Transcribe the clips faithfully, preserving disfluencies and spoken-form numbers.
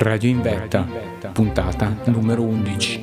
Radio in Vetta, puntata numero undici.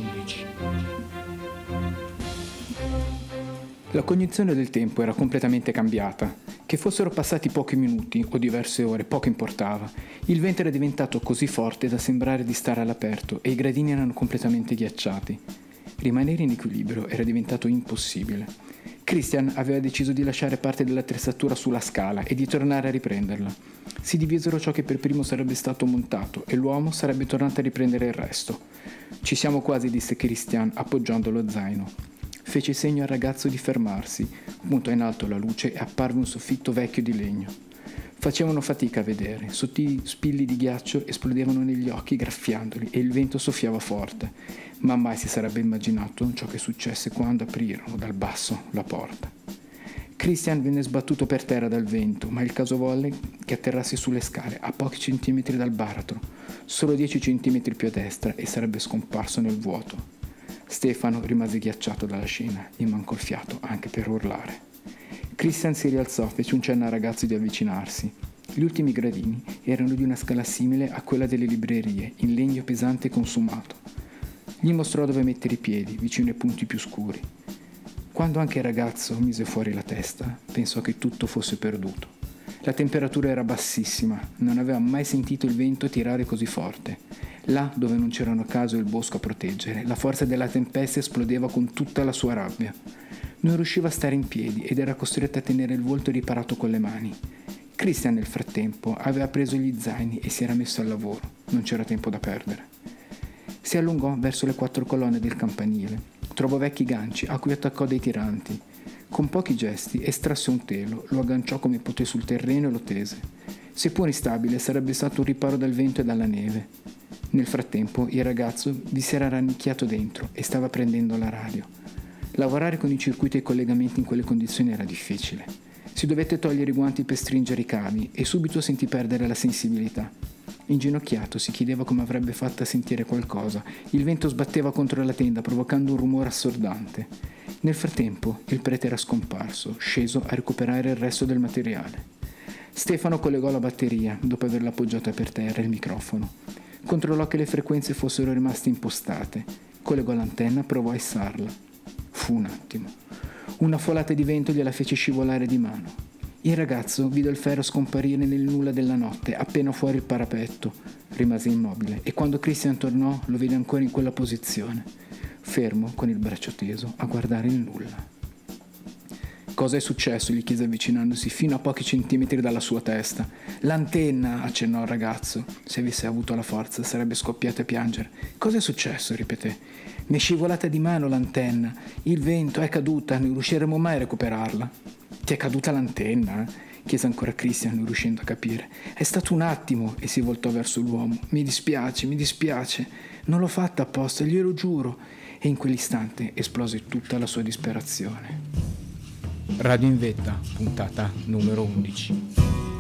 La cognizione del tempo era completamente cambiata. Che fossero passati pochi minuti o diverse ore, poco importava. Il vento era diventato così forte da sembrare di stare all'aperto e i gradini erano completamente ghiacciati. Rimanere in equilibrio era diventato impossibile. Christian aveva deciso di lasciare parte dell'attrezzatura sulla scala e di tornare a riprenderla. Si divisero ciò che per primo sarebbe stato montato e l'uomo sarebbe tornato a riprendere il resto. Ci siamo quasi, disse Christian appoggiando lo zaino. Fece segno al ragazzo di fermarsi, puntò in alto la luce e apparve un soffitto vecchio di legno. Facevano fatica a vedere, sottili spilli di ghiaccio esplodevano negli occhi graffiandoli e il vento soffiava forte, ma mai si sarebbe immaginato ciò che successe quando aprirono dal basso la porta. Christian venne sbattuto per terra dal vento, ma il caso volle che atterrasse sulle scale a pochi centimetri dal baratro, solo dieci centimetri più a destra e sarebbe scomparso nel vuoto. Stefano rimase ghiacciato dalla scena, gli mancò il fiato anche per urlare. Christian si rialzò, fece un cenno al ragazzo di avvicinarsi. Gli ultimi gradini erano di una scala simile a quella delle librerie, in legno pesante e consumato. Gli mostrò dove mettere i piedi, vicino ai punti più scuri. Quando anche il ragazzo mise fuori la testa, pensò che tutto fosse perduto. La temperatura era bassissima, non aveva mai sentito il vento tirare così forte. Là dove non c'erano caso e il bosco a proteggere, la forza della tempesta esplodeva con tutta la sua rabbia. Non riusciva a stare in piedi ed era costretto a tenere il volto riparato con le mani. Christian nel frattempo aveva preso gli zaini e si era messo al lavoro, non c'era tempo da perdere. Si allungò verso le quattro colonne del campanile, trovò vecchi ganci a cui attaccò dei tiranti. Con pochi gesti estrasse un telo, lo agganciò come poté sul terreno e lo tese. Seppur instabile, sarebbe stato un riparo dal vento e dalla neve. Nel frattempo il ragazzo vi si era rannicchiato dentro e stava prendendo la radio. Lavorare con i circuiti e i collegamenti in quelle condizioni era difficile. Si dovette togliere i guanti per stringere i cavi e subito sentì perdere la sensibilità. Inginocchiato si chiedeva come avrebbe fatto a sentire qualcosa. Il vento sbatteva contro la tenda provocando un rumore assordante. Nel frattempo il prete era scomparso, sceso a recuperare il resto del materiale. Stefano collegò la batteria dopo averla appoggiata per terra e il microfono. Controllò che le frequenze fossero rimaste impostate. Collegò l'antenna e provò a issarla. Fu un attimo. Una folata di vento gliela fece scivolare di mano. Il ragazzo vide il ferro scomparire nel nulla della notte, appena fuori il parapetto. Rimase immobile e quando Christian tornò lo vide ancora in quella posizione, fermo con il braccio teso a guardare il nulla. Cosa è successo? Gli chiese avvicinandosi fino a pochi centimetri dalla sua testa. L'antenna, accennò il ragazzo. Se avesse avuto la forza sarebbe scoppiato a piangere. Cosa è successo? Ripeté. Mi è scivolata di mano l'antenna. Il vento è caduta, non riusciremo mai a recuperarla. Ti è caduta l'antenna? Chiese ancora Christian, non riuscendo a capire. È stato un attimo, e si voltò verso l'uomo. Mi dispiace, mi dispiace. Non l'ho fatta apposta, glielo giuro. E in quell'istante esplose tutta la sua disperazione. Radio in Vetta, puntata numero undici.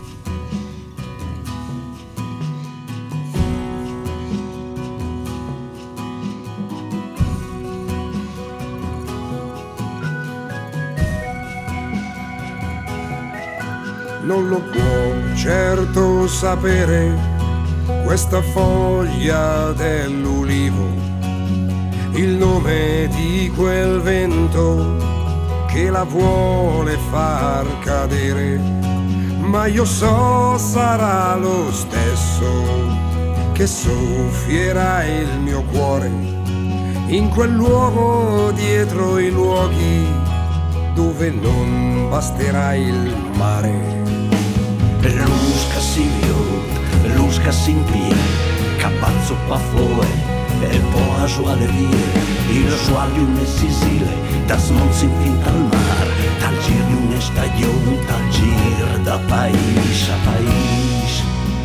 Non lo può certo sapere questa foglia dell'ulivo, il nome di quel vento che la vuole far cadere, ma io so sarà lo stesso che soffierà il mio cuore in quel luogo dietro i luoghi dove non basterà il mare. Lusca si vio, lusca sin pie, capazzo pa foe, e po a sua levire, il suo di un Sicile, das non sin fin al mar, tal gir di un stagione, tal gir da país a país.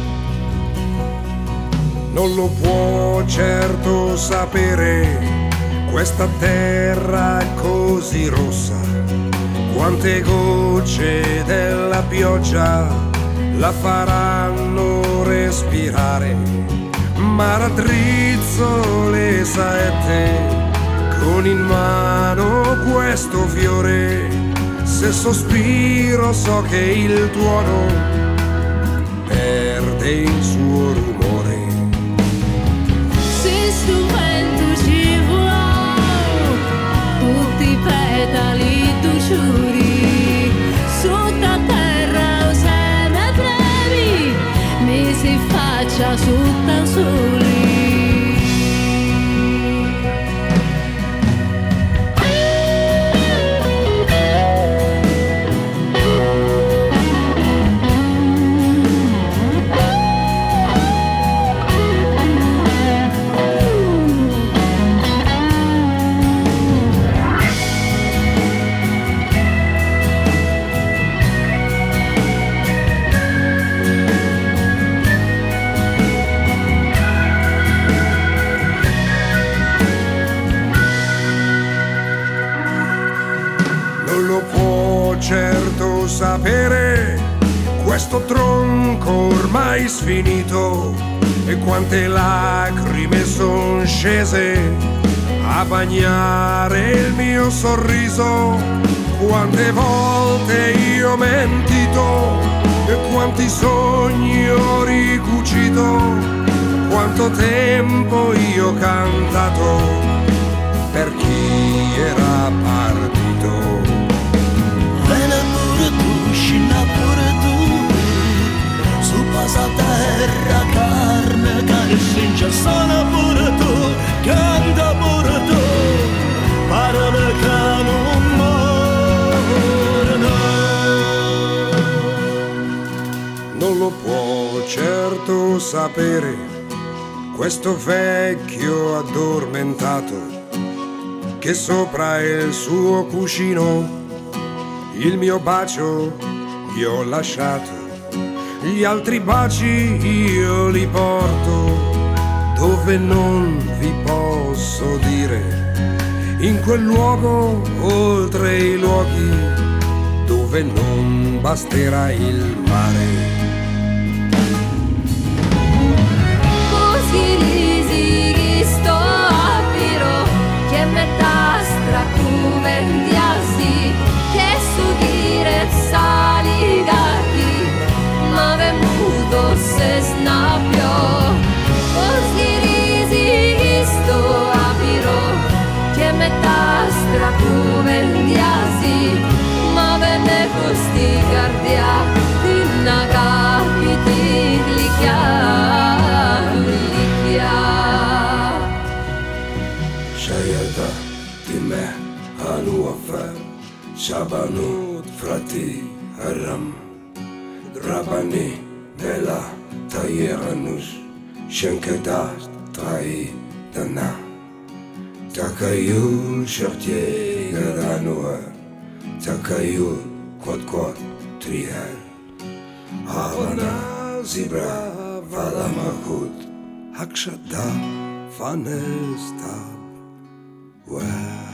Non lo può certo sapere questa terra così rossa, quante gocce della pioggia la faranno respirare, ma raddrizzo le saette con in mano questo fiore. Se sospiro so che il tuono perde il suo rumore. sta sotto soli. Certo sapere questo tronco ormai sfinito e quante lacrime son scese a bagnare il mio sorriso, quante volte io ho mentito e quanti sogni ho ricucito, quanto tempo io ho cantato per chi era partito. Scina pure tu su questa terra carne che singe, suona pure tu, canta pure tu, parole che non morano. Non lo può certo sapere questo vecchio addormentato che sopra il suo cuscino il mio bacio gli ho lasciato, gli altri baci io li porto dove non vi posso dire, in quel luogo oltre i luoghi dove non basterà il mare. Così risi che sto a piro, che metà stracuvendiasi, che su dire saligati, ma venuto se snappio. Così risi che sto a piro, che metà stracuvendiasi, ma venne costi cardia, una capiti licchia, licchia. Shayada di me anu afar Shabanut frati haram Rabani bela tayeranus Shenkedat trai dana Takayul shortier gadanua Takayul quad quad trihal Havana zibra valamakut Hakshada fanestab Well